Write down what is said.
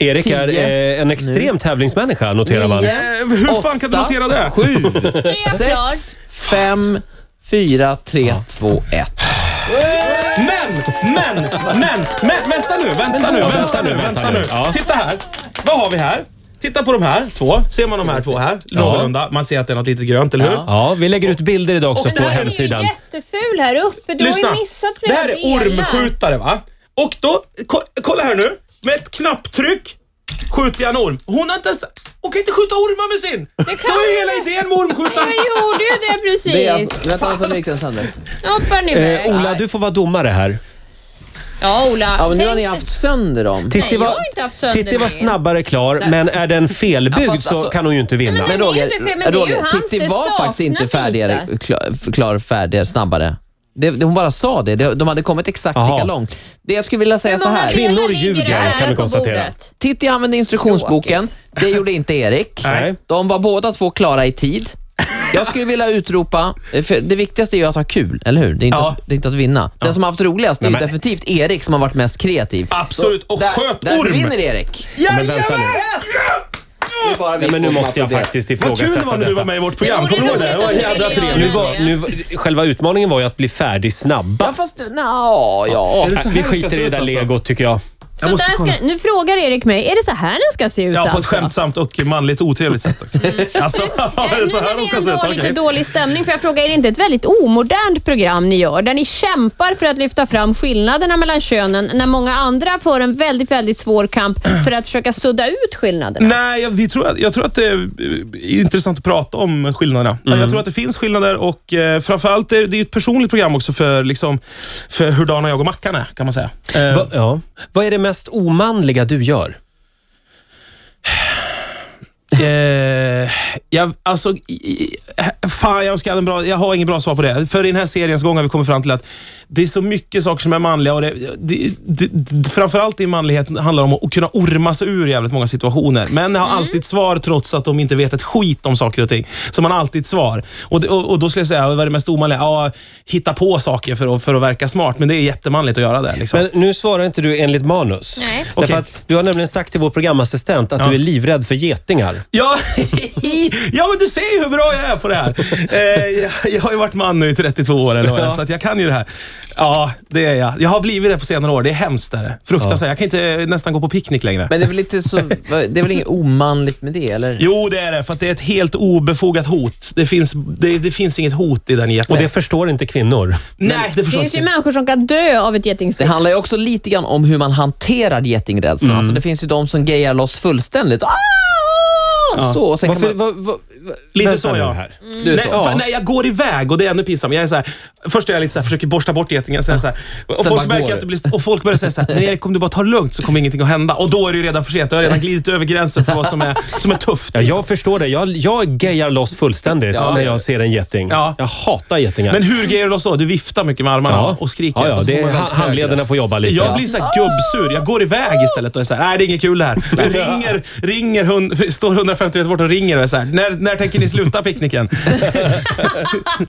Erik är en extrem tävlingsmänniska, noterar man. Hur fan kan du notera det? 7, 6, 5, 4, 3, 2, 1. Men, vänta nu. Ja. Titta här. Vad har vi här? Titta på de här två. Ser man de här två här? Någorlunda. Man ser att det är något lite grönt, eller hur? Ja, vi lägger ut bilder idag också på hemsidan. Den är jätteful här uppe. Du har ju missat flera det här är ormskjutare, va? Och då, kolla här nu. Med ett knapptryck skjuter jag en orm. Hon har inte ens... Hon kan inte skjuta ormar med sin. Det var ju hela idén med ormskjutaren. Jag gjorde ju det precis. Det är alltså, Hoppar ni iväg. Ola, du får vara domare här. Ja, Ola. Ja, men nu har ni haft sönder dem. Titti jag har inte haft sönder Titti var mig. snabbare klar, men är den felbyggd Ja, fast så alltså- kan hon ju inte vinna. Men Roger, det är ju hans, Titti det var faktiskt inte saknas färdigare, snabbare. Hon bara sa det. De hade kommit exakt lika långt. Det jag skulle vilja säga så här. Kvinnor ljuger, kan vi konstatera. Titti använde instruktionsboken. Det gjorde inte Erik. Nej. De var båda två klara i tid. Jag skulle vilja utropa, för det viktigaste är ju att ha kul, eller hur? Det är inte att vinna. Den som har haft roligast är ju definitivt Erik som har varit mest kreativ. Absolut, och sköt Därför orm. vinner Erik. Men vänta nu. Det är bara vi Men nu två som måste jag applåderar. faktiskt Vad kul det ifrågasätta var när du var med i vårt program. Kommer du ihåg det? Det var jädra trevligt. Själva utmaningen var ju att bli färdig snabbast. Vi skiter i det där legot, tycker jag. Så där nu frågar Erik mig, är det så här den ska se ut? Ja, på ett alltså? skämtsamt och manligt otrevligt sätt också. Alltså, är det så här de ska se ut? Jag lite dålig stämning, för jag frågar, är det inte ett väldigt omodernt program ni gör? Där ni kämpar för att lyfta fram skillnaderna mellan könen, när många andra får en väldigt, väldigt svår kamp för att försöka sudda ut skillnaderna. Nej, jag tror att det är intressant att prata om skillnaderna. Jag tror att det finns skillnader, och framförallt det är ett personligt program också för hurdana jag och Mackan är, kan man säga. Vad är det mest omanliga du gör? Jag har ingen bra svar på det. För i den här seriens gång har vi kommit fram till att det är så mycket saker som är manliga, och framförallt i manligheten handlar om att kunna orma sig ur jävligt många situationer. Män har alltid svar, trots att de inte vet ett skit om saker och ting. Så man har alltid svar. Och då skulle jag säga, vad är det mest omanliga? Ja, hitta på saker för att verka smart, men det är jättemanligt att göra det. Liksom. Men nu svarar inte du enligt manus. Nej. Därför att du har nämligen sagt till vår programassistent att du är livrädd för getingar. Ja, men du ser ju hur bra jag är på det här. Jag har ju varit man nu i 32 år eller vad, så att jag kan ju det här. Ja, det är jag. Jag har blivit det på senare år. Det är hemskt där. Fruktansvärt. Jag kan inte nästan gå på picknick längre. Men det är väl lite så, det är väl inget omanligt med det, eller? Jo, det är det. För att det är ett helt obefogat hot. Det finns inget hot i den getingen. Och det förstår inte kvinnor. Nej, det förstår Det finns ju inte. människor som kan dö av ett Det getingsteg. handlar ju också lite grann om hur man hanterar getingrädslan. Alltså det finns ju de som gayar loss fullständigt. Så, och sen kan man... Lite så, ja. Här. Nej, jag går iväg och det är ännu pinsamt. Jag är så här, först är jag lite så här, försöker borsta bort getingen, så här, och folk märker att det blir, och folk börjar säga så här: nej, om du bara tar lugnt så kommer ingenting att hända. Och då är det ju redan för sent. Jag har redan glidit över gränsen för vad som är tufft. Ja, jag förstår det. Jag gayar loss fullständigt när jag ser en geting. Ja. Jag hatar getingar. Men hur gayar du loss då? Du viftar mycket med armarna och skriker. Ja, Och så det får är man väldigt handlederna hög får jobba lite. Jag blir så här gubbsur. Jag går iväg istället och är så här: nej, det är inget kul det här. Står 150 meter bort och ringer och är så här: när tänker ni sluta picknicken?